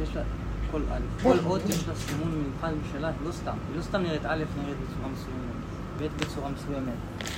יש לה, כל אות יש לה סימון מיוחד משלה, לא סתם. היא לא סתם נראית א' נראית בצורה מסוימת, ב' בצורה מסוימת.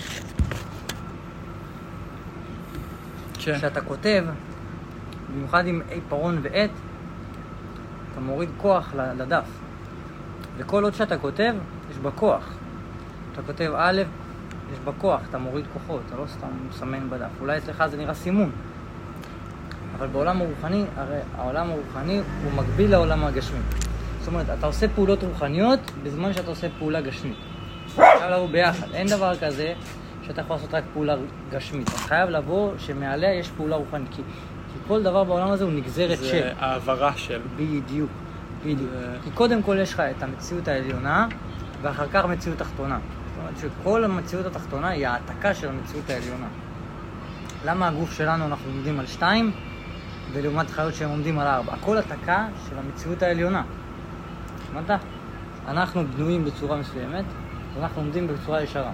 כשאתה כותב, במיוחד עם עיפרון ועט, אתה מוריד כוח לדף. וכל עוד שאתה כותב, יש בה כוח. אתה כותב א', יש בה כוח, אתה מוריד כוחות, אתה לא סתם מסמן בדף. אולי אצלך זה נראה סימון. אבל בעולם הרוחני, הרי העולם הרוחני הוא מקביל לעולם הגשמי. זאת אומרת, אתה עושה פעולות רוחניות בזמן שאתה עושה פעולה גשמית. חייב לבוא ביחד. אין דבר כזה שאתה יכול לעשות רק פעולה גשמית. אתה חייב לבוא שמעליה יש פעולה רוחנית. כי כל דבר בעולם הזה הוא נגזרת של. זה העברה של. בדיוק. כי קודם כל יש לך את המציאות העליונה, ואחר כך מציאות תחתונה. זאת אומרת שכל המציאות התחתונה היא העתקה של המציאות העליונה. למה הגוף שלנו אנחנו עומדים על 2, ולעומת חיות שהם עומדים על 4? הכל התקה של המציאות העליונה. שמעת? אנחנו בנויים בצורה מסוימת, ואנחנו עומדים בצורה ישרה.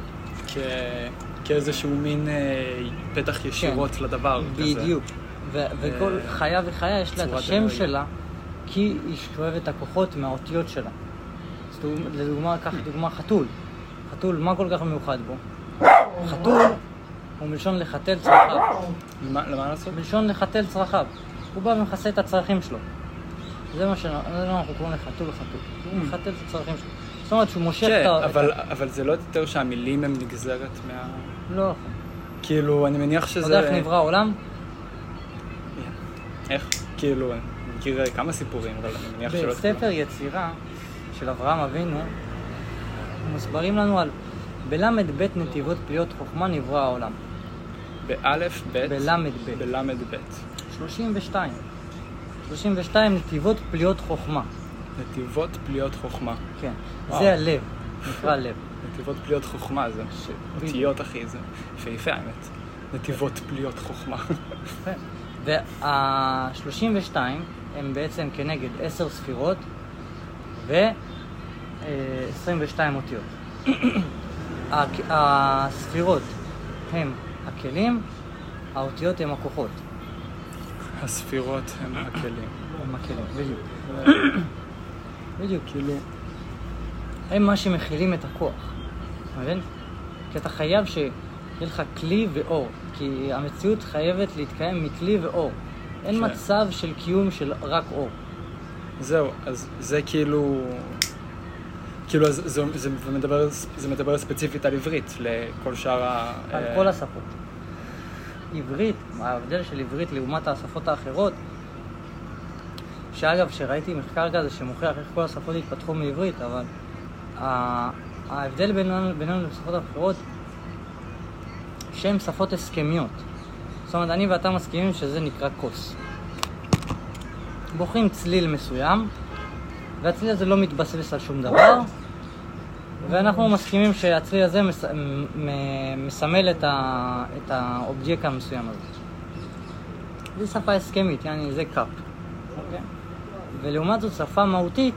כאיזשהו מין פתח ישירות כן. לדבר. בדיוק. וכל חיה וחיה יש לה את השם שלה, כי היא שואבת את הכוחות מהאותיות שלה. לדוגמה, קח דוגמה חתול. חתול, מה כל כך מיוחד בו? חתול הוא מלשון לחתל צרכיו. למה לעשות? מלשון לחתל צרכיו. הוא בא ומחסה את הצרכים שלו. זה מה שאנחנו קוראים לחתול. הוא מחתל את הצרכים שלו. זאת אומרת שהוא מושך אבל זה לא יותר שהמילים הם נגזרת מה... לא. כאילו, אני מניח שזה... אתה יודע איך נברא העולם? איך? כאילו, אני מכיר כמה סיפורים, אבל אני מניח שלא... בספר יצירה של אברהם אבינו, מוסברים לנו על בלמד ב' נתיבות פליות חוכמה נברא העולם. באלף ב'? בלמד ב'. בלמד ב'. 32. 32 נתיבות פליות חוכמה. נתיבות פליות חוכמה. כן. זה הלב, נקרא לב. נתיבות פליות חוכמה, זה אותיות אחי, זה יפה האמת. נתיבות פליות חוכמה. וה-32 הם בעצם כנגד 10 ספירות ו-22 אותיות. הספירות הם הכלים, האותיות הם הכוחות. הספירות הם הכלים. הם הכלים, בדיוק. בדיוק, כאילו, הם מה שמכילים את הכוח. מבין? כי אתה חייב שיהיה לך כלי ואור. כי המציאות חייבת להתקיים מכלי ואור. אין מצב של קיום של רק אור. זהו, אז זה כאילו זה מדבר ספציפית על עברית, לכל שאר על כל השפות. עברית, ההבדל של עברית לעומת השפות האחרות, שאגב, שראיתי מחקר כזה שמוכיח איך כל השפות התפתחו מעברית, אבל ההבדל בינינו לשפות האחרות, שהן שפות הסכמיות. זאת אומרת, אני ואתה מסכימים שזה נקרא כוס. בוחרים צליל מסוים, והצליל הזה לא מתבסס על שום דבר, ואנחנו מסכימים שהצליל הזה מסמל את האובייקט המסוים הזה. זו שפה הסכמית, יעני זה קאפ. אוקיי? ולעומת זאת שפה מהותית,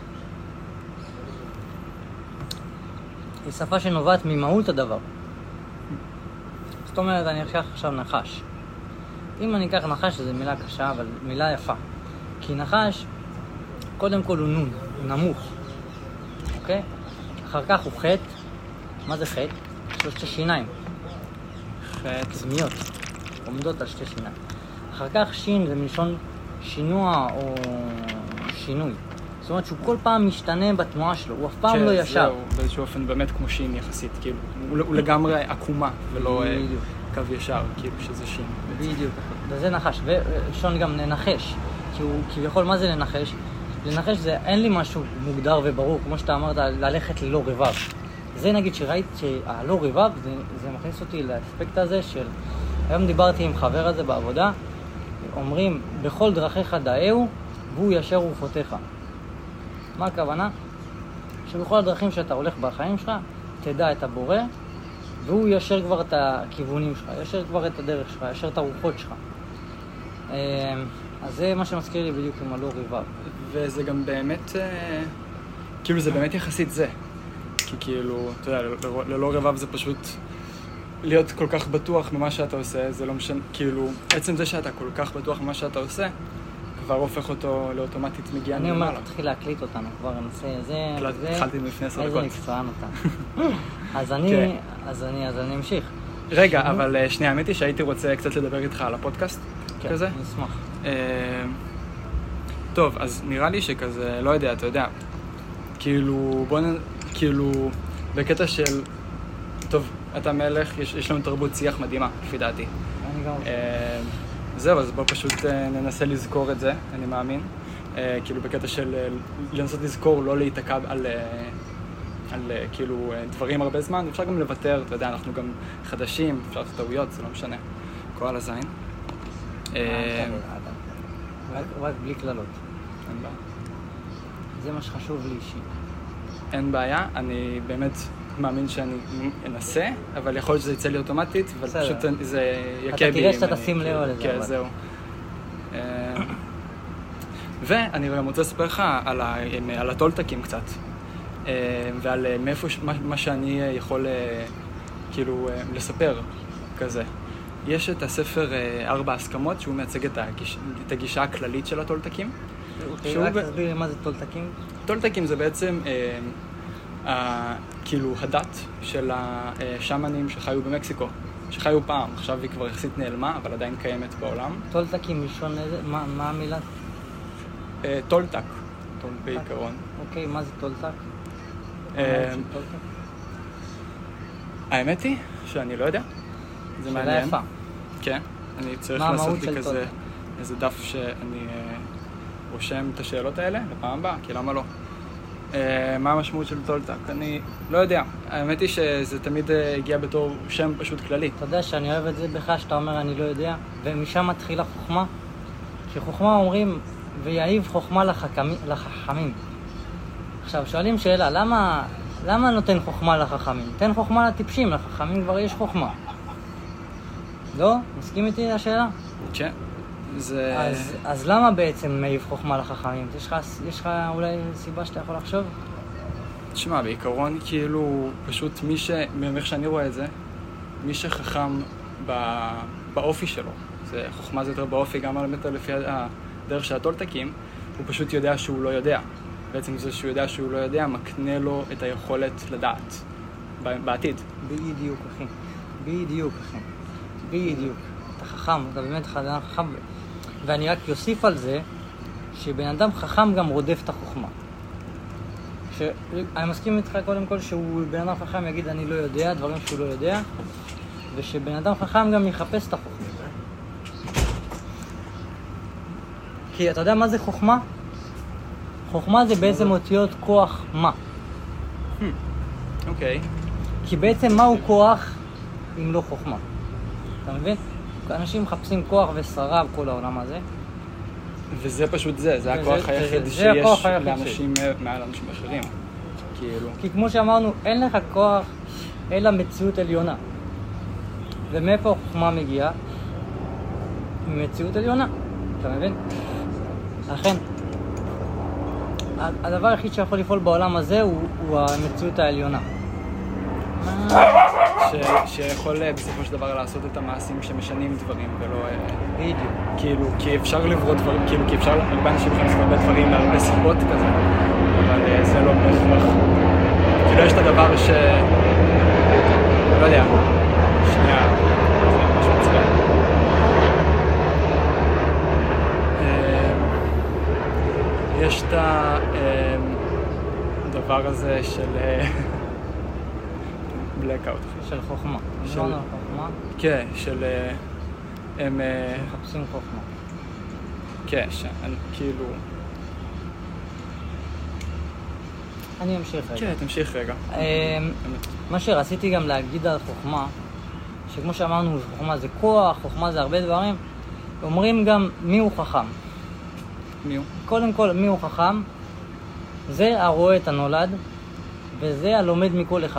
היא שפה שנובעת ממהות הדבר. זאת אומרת, אני אקח עכשיו נחש. אם אני אקח נחש, זו מילה קשה, אבל מילה יפה. כי נחש, קודם כל הוא נון, הוא נמוך. אוקיי? אחר כך הוא חטא. מה זה חטא? שלושת שיניים. חטא. קדמיות. עומדות על שתי שיניים. אחר כך שין זה מלשון שינוע או שינוי. זאת אומרת שהוא כל פעם משתנה בתנועה שלו, הוא אף פעם לא ישר. זהו, באיזשהו אופן באמת כמו שין יחסית, כאילו. הוא לגמרי עקומה ולא קו ישר, כאילו שזה שין. בדיוק, וזה נחש. ושון גם לנחש, כי הוא כביכול מה זה לנחש? לנחש זה אין לי משהו מוגדר וברור, כמו שאתה אמרת, ללכת ללא רבב. זה נגיד שראית שהלא רבב, זה מכניס אותי לאספקט הזה של... היום דיברתי עם חבר הזה בעבודה, אומרים, בכל דרכיך דאהו, והוא ישר ורפותיך. מה הכוונה? שבכל הדרכים שאתה הולך בחיים שלך, תדע את הבורא, והוא ישר כבר את הכיוונים שלך, ישר כבר את הדרך שלך, ישר את הרוחות שלך. אז זה מה שמזכיר לי בדיוק עם הלא רבב. וזה גם באמת, כאילו זה באמת יחסית זה. כי כאילו, אתה יודע, ללא רבב זה פשוט להיות כל כך בטוח ממה שאתה עושה, זה לא משנה, כאילו, עצם זה שאתה כל כך בטוח ממה שאתה עושה, כבר הופך אותו לאוטומטית מגיע אני מלמעלה. אומר, תתחיל להקליט אותנו, כבר נעשה זה, התחלתי לפני 10 דקות. איזה מקצוען אתה. אז אני אמשיך. רגע, אבל שנייה, האמת היא שהייתי רוצה קצת לדבר איתך על הפודקאסט כזה. כן, נשמח. טוב, אז נראה לי שכזה, לא יודע, אתה יודע, כאילו, כאילו, בקטע של, טוב, אתה מלך, יש לנו תרבות שיח מדהימה, לפי דעתי. אני גם רוצה. זהו, אז בוא פשוט ננסה לזכור את זה, אני מאמין. כאילו, בקטע של לנסות לזכור, לא להתעכב על כאילו דברים הרבה זמן, אפשר גם לוותר, אתה יודע, אנחנו גם חדשים, אפשר לעשות טעויות, זה לא משנה. כל הזין. רק בלי כללות. אין בעיה. זה מה שחשוב לי אישי. אין בעיה, אני באמת מאמין שאני אנסה, אבל יכול להיות שזה יצא לי אוטומטית, אבל פשוט זה יקה בי. אתה תראה שאתה תשים לב על זה. כן, זהו. ואני גם רוצה לספר לך על הטולטקים קצת, ועל מאיפה מה שאני יכול כאילו לספר כזה. יש את הספר 4 הסכמות, שהוא מייצג את הגישה הכללית של הטולטקים. רק תסביר מה זה טולטקים? טולטקים זה בעצם כאילו הדת של השמנים שחיו במקסיקו, שחיו פעם, עכשיו היא כבר יחסית נעלמה, אבל עדיין קיימת בעולם. טולטקים מלשון איזה? מה המילה? טולטק, בעיקרון. אוקיי, מה זה טולטק? האמת היא שאני לא יודע. זה מעניין. שאלה יפה. כן, אני צריך לעשות לי כזה איזה דף שאני רושם את השאלות האלה לפעם הבאה, כי למה לא? מה המשמעות של טולטק? אני לא יודע. האמת היא שזה תמיד הגיע בתור שם פשוט כללי. אתה יודע שאני אוהב את זה בך שאתה אומר אני לא יודע, ומשם מתחילה חוכמה. שחוכמה אומרים, ויעיב חוכמה לחכמים. עכשיו, שואלים שאלה, למה נותן חוכמה לחכמים? תן חוכמה לטיפשים, לחכמים כבר יש חוכמה. לא? מסכים איתי השאלה? כן. זה... אז למה בעצם מעיב חוכמה לחכמים? יש לך אולי סיבה שאתה יכול לחשוב? תשמע, בעיקרון כאילו פשוט מאיך שאני רואה את זה, מי שחכם באופי שלו, חוכמה זה יותר באופי, גם לפי הדרך של הטולטקים, הוא פשוט יודע שהוא לא יודע. בעצם זה שהוא יודע שהוא לא יודע, מקנה לו את היכולת לדעת בעתיד. בדיוק, אחי. בדיוק, אחי. בדיוק. אתה חכם, אתה באמת חכם. ואני רק יוסיף על זה, שבן אדם חכם גם רודף את החוכמה. אני מסכים איתך קודם כל שהוא בן אדם חכם יגיד אני לא יודע, דברים שהוא לא יודע, ושבן אדם חכם גם יחפש את החוכמה. כי אתה יודע מה זה חוכמה? חוכמה זה בעצם אותיות כוח מה. אוקיי. כי בעצם מהו כוח אם לא חוכמה? אתה מבין? אנשים מחפשים כוח ושררה בכל העולם הזה. וזה פשוט זה הכוח היחיד שיש לאנשים מעל אנשים אחרים. כי כמו שאמרנו, אין לך כוח אלא מציאות עליונה. ומאיפה החוכמה מגיעה? ממציאות עליונה. אתה מבין? לכן, הדבר היחיד שיכול לפעול בעולם הזה הוא המציאות העליונה. שיכול בסופו של דבר לעשות את המעשים שמשנים דברים ולא... בדיוק. כאילו, כי אפשר לברוא דברים, כאילו, כי אפשר, הרבה אנשים יכולים לעשות הרבה דברים מהרבה סיבות כזה, אבל זה לא בהכרח. כאילו, יש את הדבר ש... לא יודע, שנייה, זה משהו מצוין. יש את הדבר הזה של... בלקאוט. של חוכמה. של חוכמה? כן, של... הם... מחפשים חוכמה. כן, כאילו... אני אמשיך רגע. כן, תמשיך רגע. מה שרציתי גם להגיד על חוכמה, שכמו שאמרנו, חוכמה זה כוח, חוכמה זה הרבה דברים, אומרים גם מי הוא חכם. מי הוא? קודם כל, מי הוא חכם? זה הרואה את הנולד, וזה הלומד מכל אחד.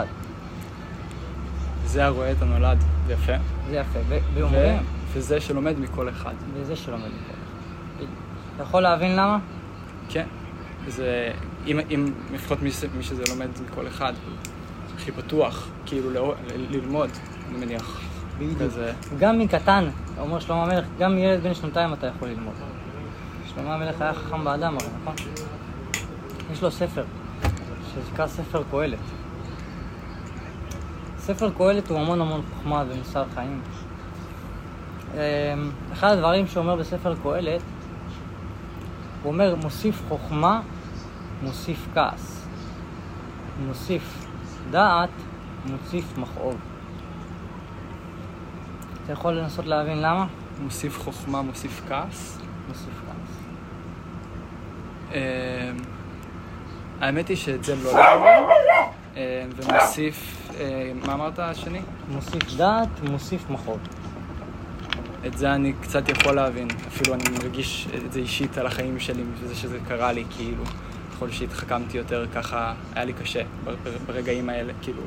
זה הרואה את הנולד, זה יפה. זה יפה, ואומרים... וזה שלומד מכל אחד. וזה שלומד מכל אחד. אתה יכול להבין למה? כן. זה... אם לפחות מי שזה לומד מכל אחד, הכי פתוח, כאילו ללמוד, אני מניח. בדיוק. גם מקטן, אומר שלמה המלך, גם ילד בן 2 אתה יכול ללמוד. שלמה המלך היה חכם באדם הרי, נכון? יש לו ספר, שנקרא ספר קהלת. ספר קהלת הוא המון חוכמה ומוסר חיים. אחד הדברים שאומר בספר קהלת, הוא אומר, מוסיף חוכמה, מוסיף כעס. מוסיף דעת, מוסיף מכאוב. אתה יכול לנסות להבין למה? מוסיף חוכמה, מוסיף כעס? מוסיף כעס. האמת היא שאת זה לא להבין. ומוסיף, מה אמרת השני? מוסיף דעת, מוסיף מכאוב. את זה אני קצת יכול להבין. אפילו אני מרגיש את זה אישית על החיים שלי, וזה שזה קרה לי, כאילו, ככל שהתחכמתי יותר, ככה היה לי קשה ברגעים האלה, כאילו,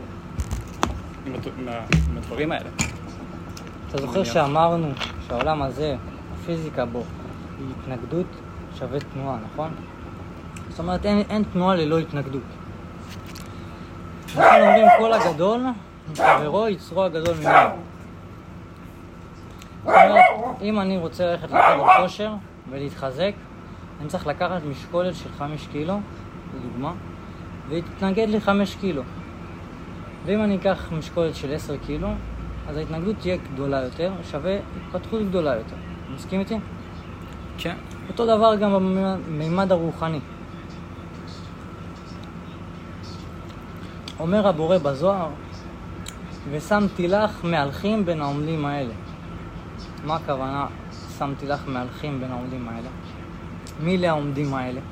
עם הדברים האלה. אתה זוכר שאמרנו שהעולם הזה, הפיזיקה בו, היא התנגדות שווה תנועה, נכון? זאת אומרת, אין תנועה ללא התנגדות. אנחנו אומרים כל הגדול, חברו יצרו הגדול ממנו. זאת אומרת, אם אני רוצה ללכת לחדר כושר ולהתחזק, אני צריך לקחת משקולת של 5 קילו, לדוגמה, והתנגד לי 5 קילו. ואם אני אקח משקולת של 10 קילו, אז ההתנגדות תהיה גדולה יותר, שווה התפתחות גדולה יותר. מסכים איתי? כן. אותו דבר גם במימד הרוחני. אומר הבורא בזוהר, ושמתי לך מהלכים בין העומדים האלה. מה הכוונה שמתי לך מהלכים בין העומדים האלה? מי אלה העומדים האלה?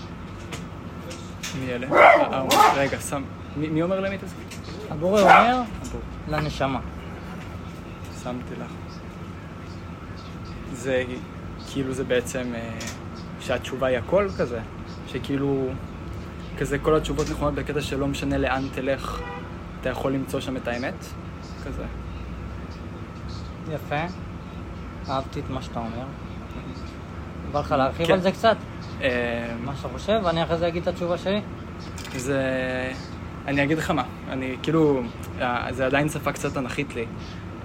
מי אלה? רגע, מי אומר למי תסכים? הבורא אומר לנשמה. שמתי לך. זה כאילו זה בעצם שהתשובה היא הכל כזה, שכאילו כזה כל התשובות נכונות בקטע שלא משנה לאן תלך, אתה יכול למצוא שם את האמת, כזה. יפה. אהבתי את מה שאתה אומר. בא לך להרחיב על זה קצת? מה שאתה חושב? ואני אחרי זה אגיד את התשובה שלי? אני אגיד לך מה, אני כאילו, זה עדיין שפה קצת אנכית לי.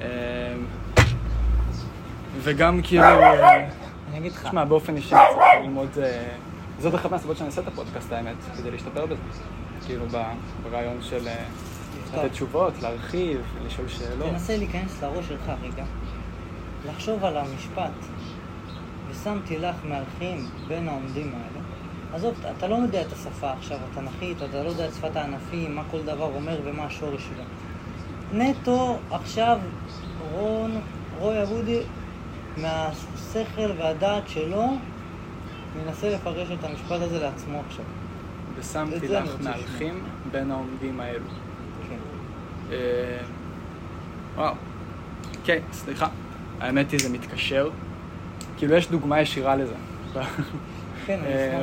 וגם כאילו... אני אגיד לך. תשמע, באופן אישי אני צריך ללמוד... זאת אחת מהסיבות שאני אעשה את הפודקאסט, האמת, כדי להשתפר בזה. כאילו ברעיון של לתת תשובות, להרחיב, לשאול שאלות. תנסה להיכנס לראש שלך רגע, לחשוב על המשפט, ושמתי לך מהלכים בין העומדים האלה. עזוב, אתה לא יודע את השפה עכשיו, התנ"כית, אתה לא יודע את שפת הענפים, מה כל דבר אומר ומה השורש שלו. נטו, עכשיו, רוי אבודי, מהשכל והדעת שלו, מנסה לפרש את המשפט הזה לעצמו עכשיו. ושמתי לך מהלכים בין העומדים האלו. כן. וואו. כן, סליחה. האמת היא זה מתקשר. כאילו יש דוגמה ישירה לזה. כן, אני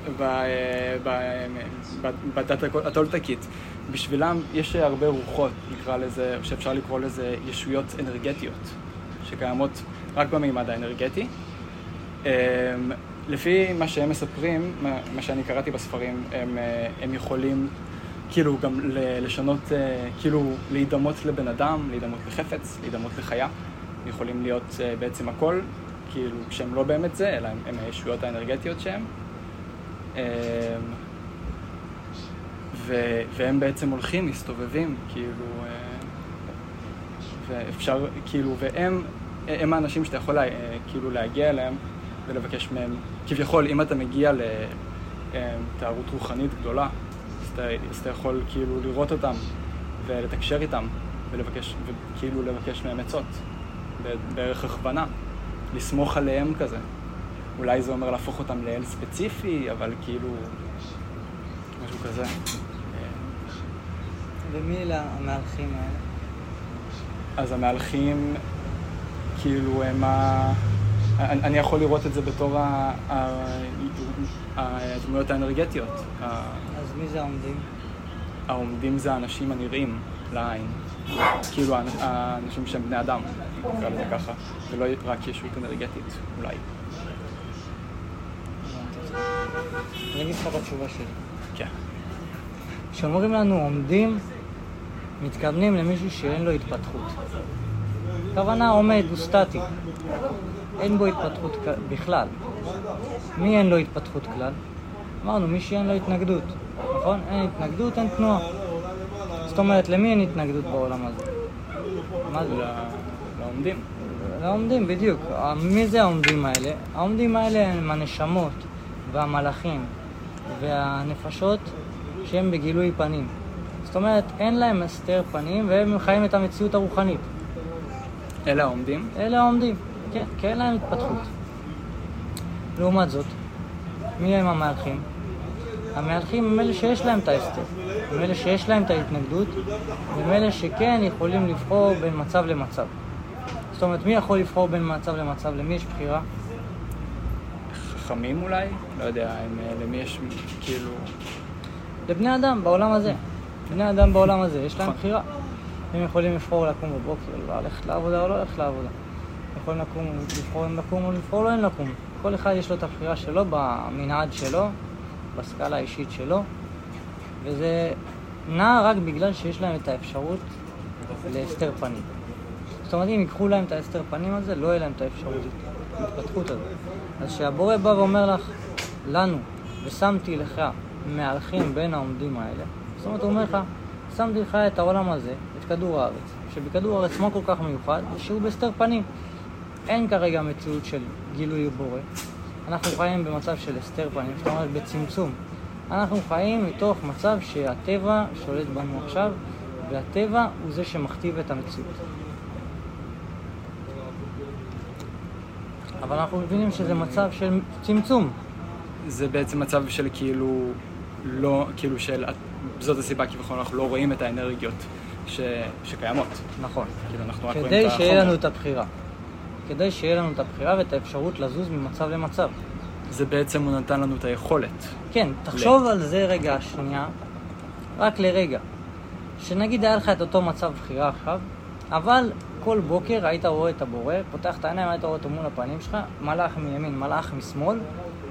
אשמח בדת הטולטקית. בשבילם יש הרבה רוחות, נקרא לזה, או שאפשר לקרוא לזה ישויות אנרגטיות, שקיימות רק במימד האנרגטי. לפי מה שהם מספרים, מה שאני קראתי בספרים, הם יכולים כאילו גם לשנות, כאילו להידמות לבן אדם, להידמות לחפץ, להידמות לחיה. הם יכולים להיות בעצם הכל, כאילו שהם לא באמת זה, אלא הם הישויות האנרגטיות שהם. והם בעצם הולכים, מסתובבים, כאילו, ואפשר, כאילו, והם האנשים שאתה יכול כאילו להגיע אליהם ולבקש מהם, כביכול, אם אתה מגיע לתארות רוחנית גדולה, אז אתה יכול כאילו לראות אותם ולתקשר איתם ולבקש, וכאילו לבקש מהם עצות, בערך הכוונה, לסמוך עליהם כזה. אולי זה אומר להפוך אותם לאל ספציפי, אבל כאילו, משהו כזה. ומי אלה המהלכים האלה? אז המהלכים, כאילו, הם אני יכול לראות את זה בתור הדמויות האנרגטיות. אז מי זה העומדים? העומדים זה האנשים הנראים לעין. כאילו, האנשים שהם בני אדם, נקרא לזה ככה, ולא רק ישות אנרגטית, אולי. אני אגיד לך בתשובה שלי. כן. כשאומרים לנו עומדים, מתכוונים למישהו שאין לו התפתחות. הכוונה עומד, הוא סטטי. אין בו התפתחות בכלל. מי אין לו התפתחות כלל? אמרנו, מי שאין לו התנגדות, נכון? אין התנגדות, אין תנועה. זאת אומרת, למי אין התנגדות בעולם הזה? מה זה? לעומדים. לעומדים, בדיוק. מי זה העומדים האלה? העומדים האלה הם הנשמות והמלאכים והנפשות שהם בגילוי פנים. זאת אומרת, אין להם הסתר פנים והם חיים את המציאות הרוחנית. אלה העומדים? אלה העומדים, כן, כי אין להם התפתחות. לעומת זאת, מי הם המהלכים? המהלכים הם אלה שיש להם את ההסתר, הם אלה שיש להם את ההתנגדות, הם אלה שכן יכולים לבחור בין מצב למצב. זאת אומרת, מי יכול לבחור בין מצב למצב? למי יש בחירה? חכמים אולי? לא יודע, למי יש כאילו... לבני אדם בעולם הזה. בני אדם בעולם הזה, יש להם בחירה. הם יכולים לבחור לקום בבוקר, ללכת לעבודה או לא ללכת לעבודה. יכולים לבחור אם לקום או לבחור לא אם לקום. כל אחד יש לו את הבחירה שלו במנעד שלו, בסקאלה האישית שלו, וזה נע רק בגלל שיש להם את האפשרות להסתר פנים. זאת אומרת, אם ייקחו להם את ההסתר פנים הזה, לא יהיה להם את האפשרות, ההתפתחות הזאת. אז שהבורא בא ואומר לך, לנו, ושמתי לך מהלכים בין העומדים האלה, זאת אומרת, הוא אומר לך, שמתי לך את העולם הזה, את כדור הארץ, שבכדור הארץ מה כל כך מיוחד? שהוא בהסתר פנים. אין כרגע מציאות של גילוי בורא. אנחנו חיים במצב של הסתר פנים, זאת אומרת, בצמצום. אנחנו חיים מתוך מצב שהטבע שולט בנו עכשיו, והטבע הוא זה שמכתיב את המציאות. אבל אנחנו מבינים שזה מצב של צמצום. זה בעצם מצב של כאילו, לא, כאילו של, זאת הסיבה כביכול אנחנו לא רואים את האנרגיות שקיימות. נכון. כאילו אנחנו רק רואים את כדי החומר. שיהיה לנו את הבחירה. כדי שיהיה לנו את הבחירה ואת האפשרות לזוז ממצב למצב. זה בעצם הוא נתן לנו את היכולת. כן, תחשוב על זה רגע שנייה, רק לרגע. שנגיד היה לך את אותו מצב בחירה עכשיו, אבל כל בוקר היית רואה את הבורא, פותח את העיניים, היית רואה אותו מול הפנים שלך, מלאך מימין, מלאך משמאל,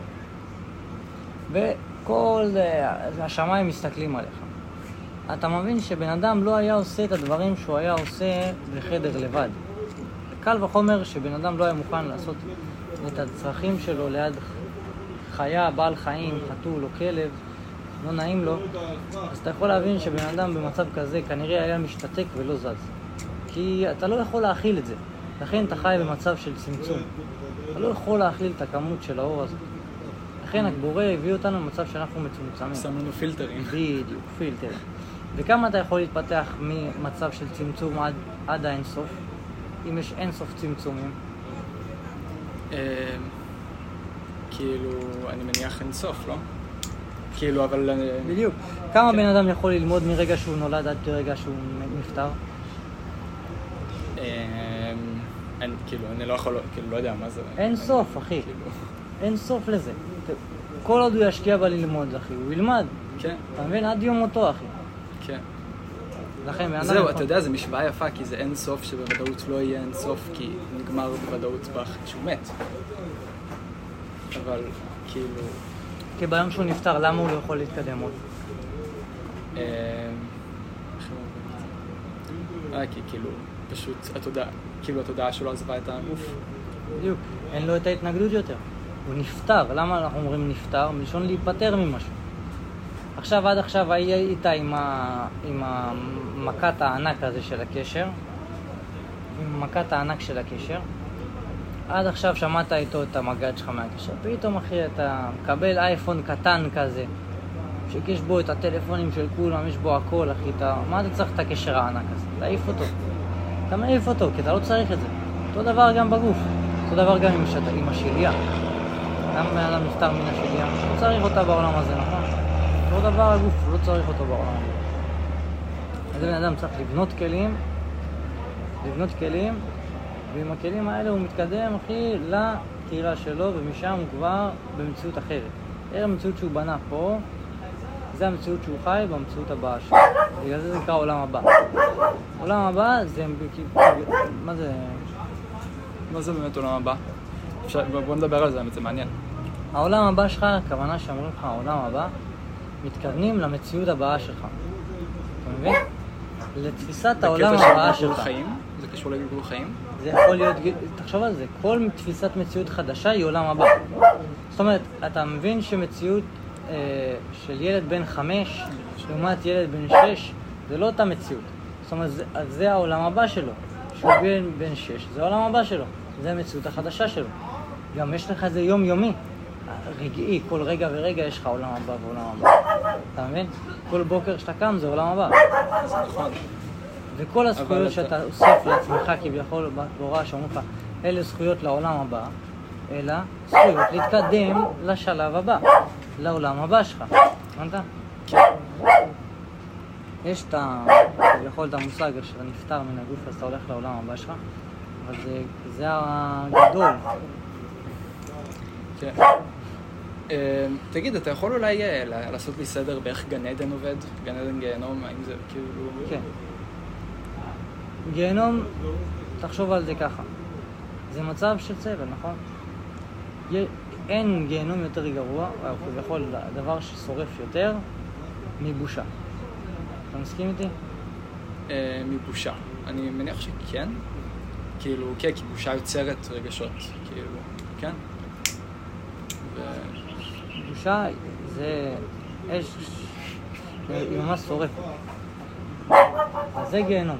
וכל השמיים מסתכלים עליך. אתה מבין שבן אדם לא היה עושה את הדברים שהוא היה עושה בחדר לבד. קל וחומר שבן אדם לא היה מוכן לעשות את הצרכים שלו ליד חיה, בעל חיים, חתול או כלב, לא נעים לו, אז אתה יכול להבין שבן אדם במצב כזה כנראה היה משתתק ולא זז. כי אתה לא יכול להכיל את זה. לכן אתה חי במצב של צמצום. אתה לא יכול להכיל את הכמות של האור הזה. לכן הבורא הביא אותנו במצב שאנחנו מצומצמים. שם לנו פילטרים. בדיוק, פילטרים. וכמה אתה יכול להתפתח ממצב של צמצום עד האינסוף? אם יש אינסוף צמצומים? כאילו, אני מניח אינסוף, לא? כאילו, אבל... בדיוק. כמה בן אדם יכול ללמוד מרגע שהוא נולד עד לרגע שהוא נפטר? כאילו, אני לא יכול, כאילו, לא יודע מה זה. אין סוף, אחי. אין סוף לזה. כל עוד הוא ישקיע בללמוד, אחי, הוא ילמד. כן. אתה מבין? עד יום מותו, אחי. כן. לכן, זהו, אתה יודע, זה משוואה יפה, כי זה אין סוף שבוודאות לא יהיה אין סוף, כי נגמר בוודאות שהוא מת. אבל, כאילו... כי ביום שהוא נפטר, למה הוא לא יכול להתקדם עוד? כי כאילו, פשוט התודעה שלו עזבה את הגוף. בדיוק, אין לו את ההתנגדות יותר. הוא נפטר. למה אנחנו אומרים נפטר? מלשון להיפטר ממשהו. עד עכשיו היית עם המכת הענק הזה של הקשר, עם מכת הענק של הקשר. עד עכשיו שמעת איתו את המגד שלך מהקשר. פתאום אחי אתה מקבל אייפון קטן כזה, שיש בו את הטלפונים של כולם, יש בו הכל אחי. מה אתה צריך את הקשר הענק הזה? תעיף אותו. אתה מעיף אותו, כי אתה לא צריך את זה. אותו דבר גם בגוף. אותו דבר גם עם השליה. למה בן אדם נפטר מן השליה? לא צריך אותה בעולם הזה, נכון? אותו דבר הגוף, לא צריך אותו בעולם הזה. אז בן אדם צריך לבנות כלים, ועם הכלים האלה הוא מתקדם, אחי, לטירה שלו, ומשם הוא כבר במציאות אחרת. המציאות שהוא בנה פה, זה המציאות שהוא חי במציאות הבאה שלו. בגלל זה נקרא עולם הבא. עולם הבא זה... מה זה? מה זה באמת עולם הבא? בוא נדבר על זה, זה מעניין. העולם הבא שלך, הכוונה שאומרים לך העולם הבא, מתכוונים למציאות הבאה שלך. אתה מבין? לתפיסת העולם הבאה שלך. זה קשור לגלגול חיים? זה יכול להיות, תחשוב על זה, כל תפיסת מציאות חדשה היא עולם הבא. זאת אומרת, אתה מבין שמציאות של ילד בן 5 לעומת ילד בן 6 זה לא אותה מציאות. זאת אומרת, זה העולם הבא שלו. שהוא בן 6, זה העולם הבא שלו. זה המציאות החדשה שלו. גם יש לך איזה יומיומי. רגעי, כל רגע ורגע יש לך עולם הבא ועולם הבא. אתה מבין? כל בוקר שאתה קם זה עולם הבא. נכון. וכל הזכויות שאתה אוסף לעצמך כביכול בהוראה שאומרים לך, אלה זכויות לעולם הבא, אלא זכויות להתקדם לשלב הבא, לעולם הבא שלך. הבנת? יש את כביכול את המושג שאתה נפטר מן הגוף אז אתה הולך לעולם הבא שלך, אבל זה הגדול. כן. תגיד, אתה יכול אולי לעשות לי סדר באיך גן עדן עובד? גן עדן גיהנום, האם זה כאילו... כן. גיהנום, תחשוב על זה ככה. זה מצב של סבל, נכון? אין גיהנום יותר גרוע, או כביכול דבר ששורף יותר, מבושה. אתה מסכים איתי? מבושה. אני מניח שכן. כאילו, כן, כי בושה יוצרת רגשות. כאילו, כן. בושה זה אש, היא ממש שורפת. אז זה גיהנום.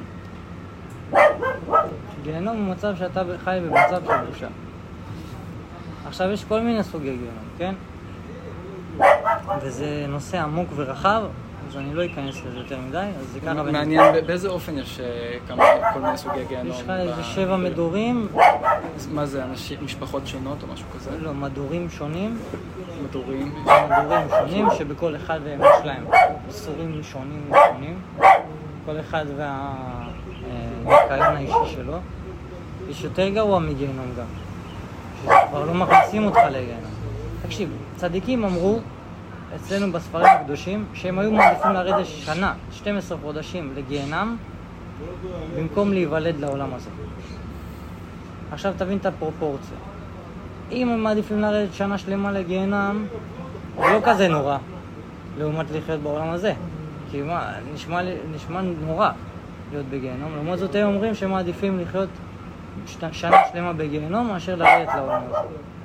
גיהנום הוא מצב שאתה חי במצב של בושה. עכשיו יש כל מיני סוגי גיהנום, כן? וזה נושא עמוק ורחב, אז אני לא אכנס לזה יותר מדי, אז זה ככה... מעניין, באיזה אופן יש כל מיני סוגי גיהנום? יש לך איזה 7 מדורים. מה זה, משפחות שונות או משהו כזה? לא, מדורים שונים. מדורים שונים שבכל אחד מהם יש להם איסורים שונים ושונים. כל אחד והניקיון האישי שלו. יש יותר גרוע מגיהנום גם. כבר לא מכניסים אותך לגיהנום. תקשיב, צדיקים אמרו אצלנו בספרים הקדושים שהם היו מעדיפים לרדת שנה, 12 חודשים לגיהנם במקום להיוולד לעולם הזה. עכשיו תבין את הפרופורציה. אם הם מעדיפים לרדת שנה שלמה לגיהנם, זה לא כזה נורא לעומת לחיות בעולם הזה. כי מה, נשמע נורא להיות בגיהנום. לעומת זאת הם אומרים שהם מעדיפים לחיות שנה שלמה בגיהנום מאשר לרדת לעולם הזה.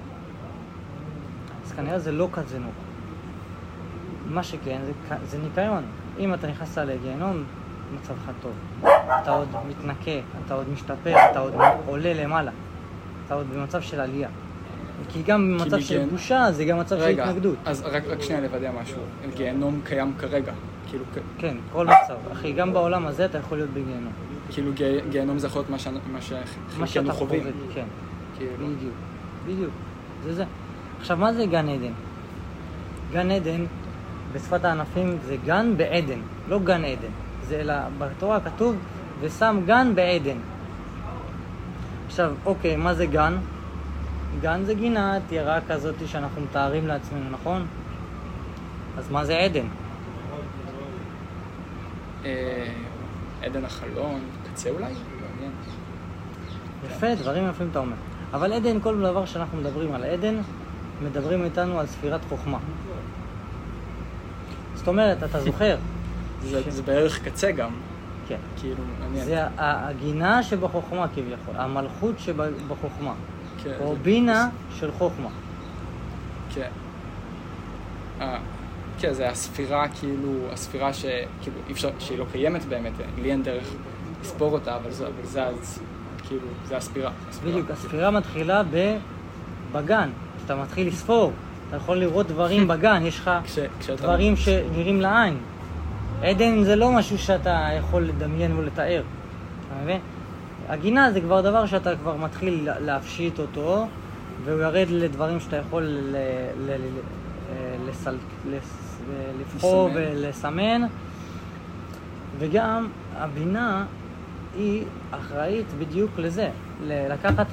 אז כנראה זה לא כזה נורא. מה שכן, זה ניקיון. אם אתה נכנס לגיהנום, מצבך טוב. אתה עוד מתנקה, אתה עוד משתפר, אתה עוד עולה למעלה. אתה עוד במצב של עלייה. כי גם במצב של בושה, זה גם מצב של התנגדות. אז רק שנייה לוודא משהו. גיהנום קיים כרגע. כן, כל מצב. אחי, גם בעולם הזה אתה יכול להיות בגיהנום. כאילו גיהנום זה יכול להיות מה שאנחנו חווים. כן, בדיוק. זה. עכשיו, מה זה גן עדן? גן עדן, בשפת הענפים, זה גן בעדן, לא גן עדן. זה אלא בתורה כתוב, ושם גן בעדן. עכשיו, אוקיי, מה זה גן? גן זה גינה, תירה כזאת שאנחנו מתארים לעצמנו, נכון? אז מה זה עדן? עדן החלון, קצה אולי? יפה, דברים יפים אתה אומר. אבל עדן, כל דבר שאנחנו מדברים על עדן, מדברים איתנו על ספירת חוכמה. זאת אומרת, אתה זוכר. זה בערך קצה גם. כן. כאילו, מעניין. זה הגינה שבחוכמה כביכול, המלכות שבחוכמה. כן. או בינה של חוכמה. כן. כן, זה הספירה, כאילו, הספירה שכאילו, אי אפשר, שהיא לא קיימת באמת, לי אין דרך לספור אותה, אבל זה כאילו, זה הספירה. בדיוק, הספירה מתחילה בגן. כשאתה מתחיל לספור, אתה יכול לראות דברים בגן, יש לך דברים שנראים לעין. עדן זה לא משהו שאתה יכול לדמיין ולתאר. אתה מבין? הגינה זה כבר דבר שאתה כבר מתחיל להפשיט אותו, והוא ירד לדברים שאתה יכול לבחור ולסמן. וגם הבינה היא אחראית בדיוק לזה, לקחת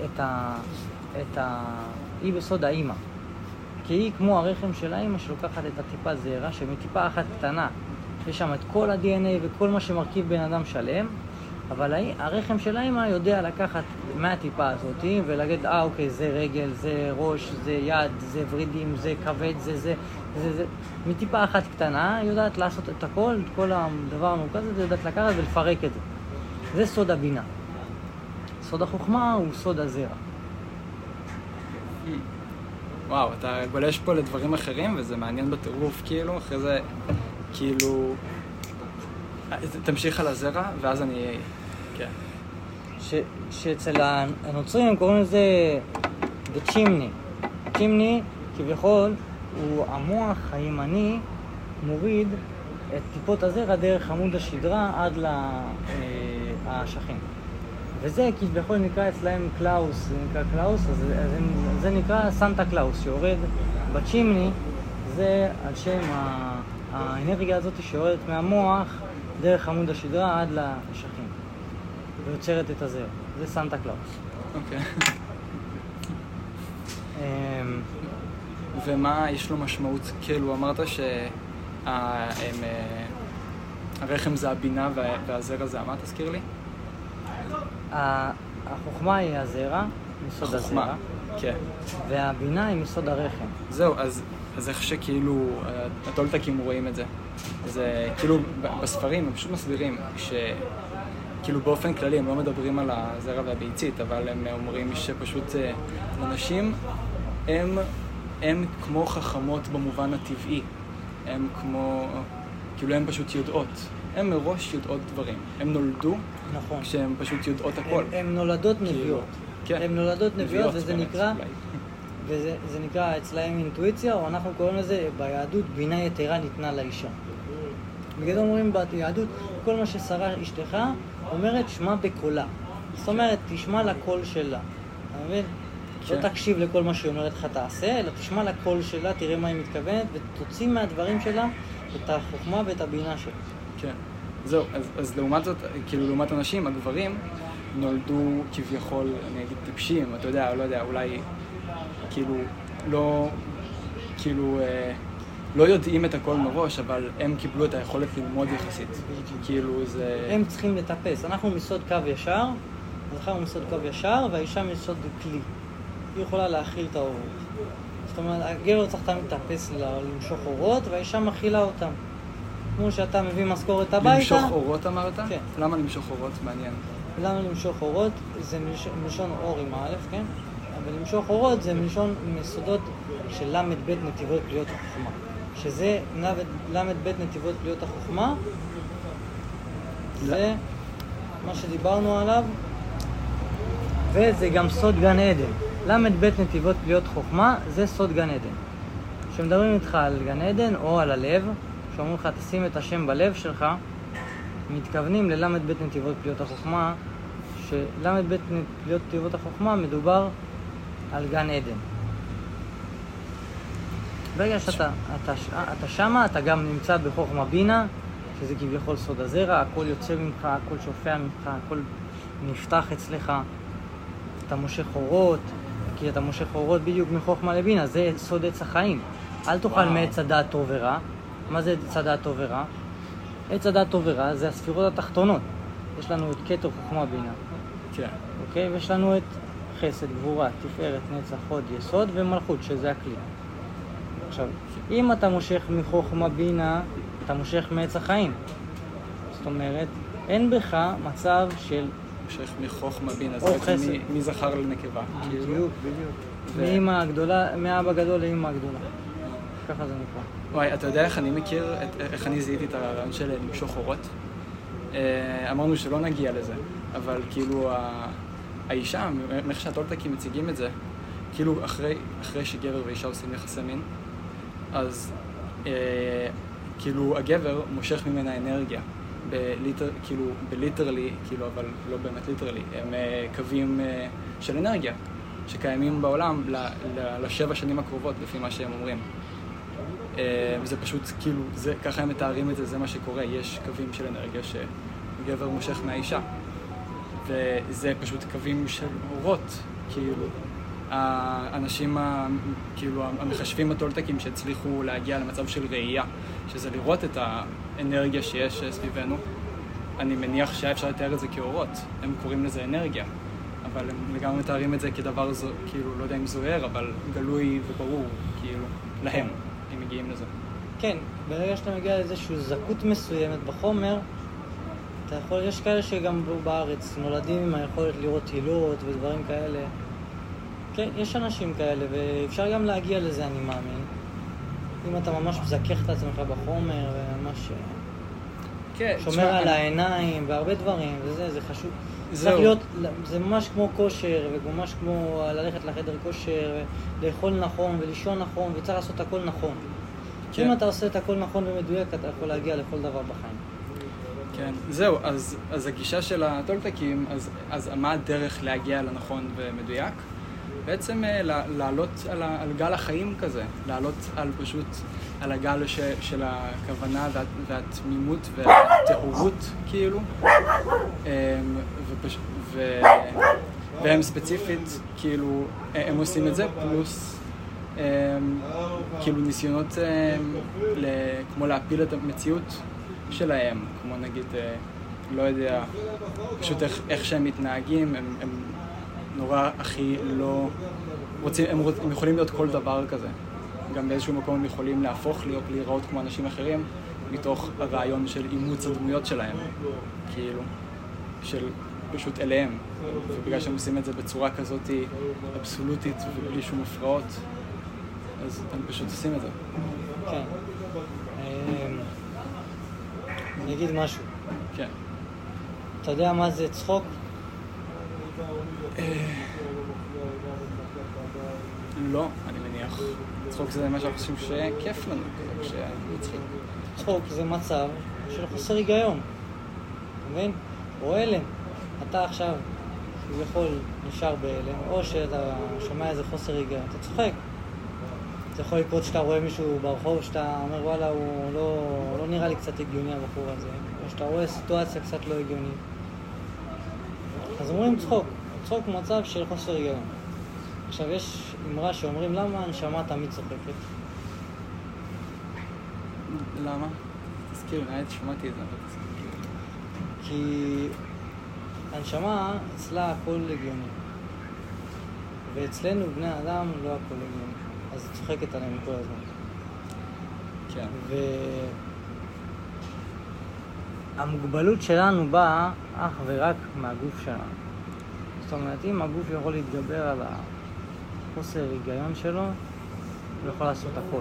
היא בסוד האמא. כי היא כמו הרחם של האמא שלוקחת את הטיפה זהרה, שמטיפה אחת קטנה יש שם את כל ה-DNA וכל מה שמרכיב בן אדם שלם, אבל הרחם של האמא יודע לקחת מהטיפה הזאת ולהגיד, אוקיי, זה רגל, זה ראש, זה יד, זה ורידים, זה כבד, זה. מטיפה אחת קטנה היא יודעת לעשות את הכל, את כל הדבר המורכז הזה, יודעת לקחת ולפרק את זה. זה סוד הבינה. סוד החוכמה הוא סוד הזרע. וואו, אתה גולש פה לדברים אחרים, וזה מעניין בטירוף, כאילו, אחרי זה, כאילו... תמשיך על הזרע, ואז אני... כן. שאצל הנוצרים הם קוראים לזה The Chimney. צ'ימני, כביכול, הוא המוח הימני מוריד את טיפות הזרע דרך עמוד השדרה עד לאשכים. וזה כביכול נקרא אצלהם קלאוס, זה נקרא קלאוס, אז זה נקרא סנטה קלאוס, שיורד בצ'ימני, זה על שם האנרגיה הזאת שיורדת מהמוח דרך עמוד השדרה עד לאשכים, ויוצרת את הזרע. זה סנטה קלאוס. אוקיי. ומה יש לו משמעות? כאילו, אמרת שהרחם זה הבינה והזרע זה מה? תזכיר לי? החוכמה היא הזרע, מסוד הזרע. כן. והבינה היא מסוד הרחם. זהו, אז איך שכאילו הטולטקים רואים את זה? זה כאילו בספרים הם פשוט מסבירים שכאילו באופן כללי הם לא מדברים על הזרע והביצית, אבל הם אומרים שפשוט אנשים הם כמו חכמות במובן הטבעי. הם כמו, כאילו הם פשוט יודעות. הם מראש יודעות דברים. הם נולדו, נכון. כשהם פשוט יודעות הכל. הם נולדות נביאות. כן. הם נולדות נביאות וזה נקרא אצלהם אינטואיציה, או אנחנו קוראים לזה ביהדות בינה יתרה ניתנה לאישה. בגלל אומרים ביהדות, כל מה ששרה אשתך אומרת שמע בקולה. זאת אומרת, תשמע לקול שלה. אתה מבין? לא תקשיב לכל מה שהיא אומרת לך תעשה, אלא תשמע לקול שלה, תראה מה היא מתכוונת, ותוציא מהדברים שלה את החוכמה ואת הבינה שלה. כן. זהו, אז לעומת זאת, כאילו לעומת אנשים, הגברים נולדו כביכול, אני אגיד טיפשים, אתה יודע, לא יודע, אולי כאילו לא יודעים את הכל מראש, אבל הם קיבלו את היכולת ללמוד יחסית. כאילו זה... הם צריכים לטפס. אנחנו מסוד קו ישר, הזכר מסוד קו ישר, והאישה מסוד כלי. היא יכולה להכיל את האורות. זאת אומרת, הגבר צריך תמיד לטפס למשוך אורות, והאישה מכילה אותם. כמו שאתה מביא משכורת הביתה. למשוך אורות אמרת? כן. למה למשוך אורות? מעניין. למה למשוך אורות? זה מלשון אור עם א', כן? אבל למשוך אורות זה מלשון מסודות של למד בית נתיבות פליות החוכמה. שזה למד בית נתיבות פליות החוכמה. זה מה שדיברנו עליו. וזה גם סוד גן עדן. למד בית נתיבות פליות חוכמה זה סוד גן עדן. כשמדברים איתך על גן עדן או על הלב, שאומרים לך תשים את השם בלב שלך, מתכוונים ללמד בית נתיבות פליות החוכמה, שלמד בית פליות נתיבות החוכמה מדובר על גן עדן. ברגע שאתה שמה, אתה גם נמצא בחוכמה בינה, שזה כביכול סוד הזרע, הכל יוצא ממך, הכל שופע ממך, הכל נפתח אצלך, אתה מושך אורות, כי אתה מושך אורות בדיוק מחוכמה לבינה, זה סוד עץ החיים. אל תאכל מעץ הדעת טוב ורע. מה זה עץ הדעת טוב ורע? עץ הדעת טוב ורע זה הספירות התחתונות. יש לנו את כתר חוכמה בינה. כן. אוקיי? ויש לנו את חסד, גבורה, תפארת, נצח, הוד, יסוד ומלכות, שזה הכלי. עכשיו, אם אתה מושך מחוכמה בינה, אתה מושך מעץ החיים. זאת אומרת, אין בך מצב של... מושך מחוכמה בינה, זה בעצם מי זכר לנקבה. בדיוק. מאמא הגדולה, מאבא גדול לאמא הגדולה. ככה זה נקרא. וואי, אתה יודע איך אני מכיר, איך אני זיהיתי את הרעיון של למשוך אורות? אמרנו שלא נגיע לזה, אבל כאילו האישה, מאיך שהטולטקים מציגים את זה, כאילו אחרי שגבר ואישה עושים יחסי מין, אז כאילו הגבר מושך ממנה אנרגיה, בליטרלי, כאילו, אבל לא באמת ליטרלי, הם קווים של אנרגיה שקיימים בעולם לשבע שנים הקרובות, לפי מה שהם אומרים. וזה פשוט, כאילו, ככה הם מתארים את זה, זה מה שקורה, יש קווים של אנרגיה שגבר מושך מהאישה. וזה פשוט קווים של אורות, כאילו, האנשים, כאילו, המחשבים הטולטקים שהצליחו להגיע למצב של ראייה, שזה לראות את האנרגיה שיש סביבנו. אני מניח שאפשר לתאר את זה כאורות, הם קוראים לזה אנרגיה, אבל הם לגמרי מתארים את זה כדבר, כאילו, לא יודע אם זוהר, אבל גלוי וברור, כאילו, להם. הם מגיעים לזה. כן, ברגע שאתה מגיע לאיזושהי זכות מסוימת בחומר, אתה יכול, יש כאלה שגם בארץ נולדים עם היכולת לראות הילות ודברים כאלה. כן, יש אנשים כאלה, ואפשר גם להגיע לזה, אני מאמין. אם אתה ממש מזכך את עצמך בחומר, וממש כן, שומר על העיניים, והרבה דברים, וזה, זה חשוב. צריך להיות, זה ממש כמו כושר, וממש כמו ללכת לחדר כושר, לאכול נכון, ולישון נכון, וצריך לעשות הכל נכון. אם אתה עושה את הכל נכון ומדויק, אתה יכול להגיע לכל דבר בחיים. כן, זהו, אז הגישה של הטולטקים, אז מה הדרך להגיע לנכון ומדויק? בעצם לעלות על גל החיים כזה, לעלות פשוט על הגל של הכוונה והתמימות והטהורות כאילו, והם ספציפית כאילו, הם עושים את זה פלוס כאילו ניסיונות כמו להפיל את המציאות שלהם, כמו נגיד, לא יודע, פשוט איך שהם מתנהגים, הם נורא הכי לא רוצים, הם יכולים להיות כל דבר כזה. גם באיזשהו מקום הם יכולים להפוך להיות, להיראות כמו אנשים אחרים, מתוך הרעיון של אימוץ הדמויות שלהם, כאילו, של פשוט אליהם. ובגלל שהם עושים את זה בצורה כזאת אבסולוטית ובלי שום הפרעות, אז הם פשוט עושים את זה. כן. אני אגיד משהו. כן. אתה יודע מה זה צחוק? לא, אני מניח. צחוק זה מה שאנחנו חושבים שכיף לנו, כשמצחיק. צחוק זה מצב של חוסר היגיון. אתה מבין? או הלם. אתה עכשיו יכול נשאר בהלם, או שאתה שומע איזה חוסר היגיון. אתה צוחק. זה יכול לקרות שאתה רואה מישהו ברחוב, שאתה אומר וואלה, הוא לא נראה לי קצת הגיוני הבחור הזה. או שאתה רואה סיטואציה קצת לא הגיונית. אז אומרים צחוק. צחוק מצב של חוסר היגיון. עכשיו יש אמרה שאומרים למה הנשמה תמיד צוחקת? למה? תזכיר, נהיית שמעתי את זה. כי הנשמה אצלה הכל הגיוני. ואצלנו בני האדם לא הכל הגיוני. אז היא צוחקת עליהם כל הזמן. כן. והמוגבלות שלנו באה אך ורק מהגוף שלנו. זאת אומרת, אם הגוף יכול להתגבר על החוסר היגיון שלו, הוא יכול לעשות הכל.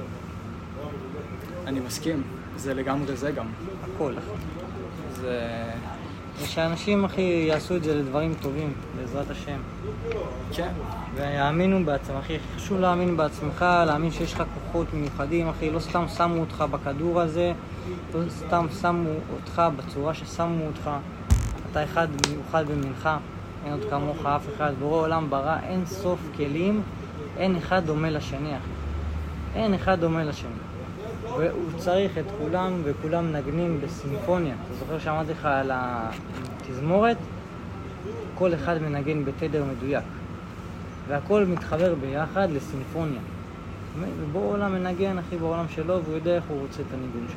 אני מסכים, זה לגמרי זה גם. הכל. זה... ושאנשים יעשו את זה לדברים טובים, בעזרת השם. כן. ויאמינו בעצמם, אחי. חשוב להאמין בעצמך, להאמין שיש לך כוחות מיוחדים, אחי. לא סתם שמו אותך בכדור הזה, לא סתם שמו אותך בצורה ששמו אותך. אתה אחד מיוחד במנך. אין עוד כמוך אף אחד, בורא עולם ברא אין סוף כלים, אין אחד דומה לשני, אחי. אין אחד דומה לשני. והוא צריך את כולם, וכולם נגנים בסימפוניה. אתה זוכר שאמרתי לך על התזמורת? כל אחד מנגן בתדר מדויק. והכל מתחבר ביחד לסימפוניה. ובורא עולם מנגן, אחי, בעולם שלו, והוא יודע איך הוא רוצה את הניגון שלו.